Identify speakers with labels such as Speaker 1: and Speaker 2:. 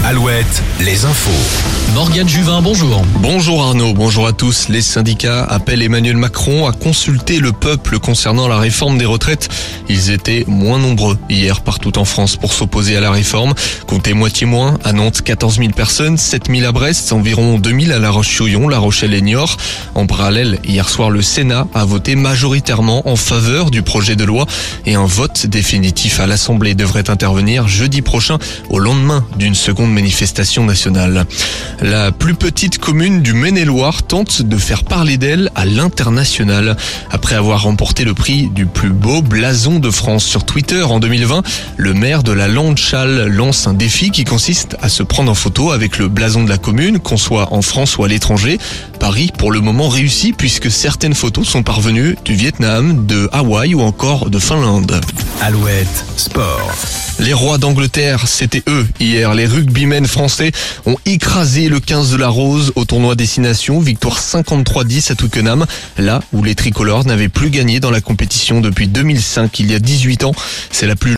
Speaker 1: Alouette, les infos.
Speaker 2: Morgane Juvin, bonjour.
Speaker 3: Bonjour Arnaud, bonjour à tous. Les syndicats appellent Emmanuel Macron à consulter le peuple concernant la réforme des retraites. Ils étaient moins nombreux hier partout en France pour s'opposer à la réforme. Comptez moitié moins, à Nantes 14 000 personnes, 7 000 à Brest, environ 2 000 à La Roche-sur-Yon, La Rochelle et Niort. En parallèle, hier soir, le Sénat a voté majoritairement en faveur du projet de loi et un vote définitif à l'Assemblée devrait intervenir jeudi prochain au lendemain d'une seconde manifestation nationale. La plus petite commune du Maine-et-Loire tente de faire parler d'elle à l'international. Après avoir remporté le prix du plus beau blason de France sur Twitter en 2020, le maire de la Lande-Châle lance un défi qui consiste à se prendre en photo avec le blason de la commune, qu'on soit en France ou à l'étranger. Pari pour le moment réussi puisque certaines photos sont parvenues du Vietnam, de Hawaï ou encore de Finlande.
Speaker 1: Alouette, sport.
Speaker 3: Les rois d'Angleterre, c'était eux hier. Les rugbymen français ont écrasé le 15 de la Rose au tournoi Destination. Victoire 53-10 à Twickenham, là où les tricolores n'avaient plus gagné dans la compétition depuis 2005, il y a 18 ans. C'est la plus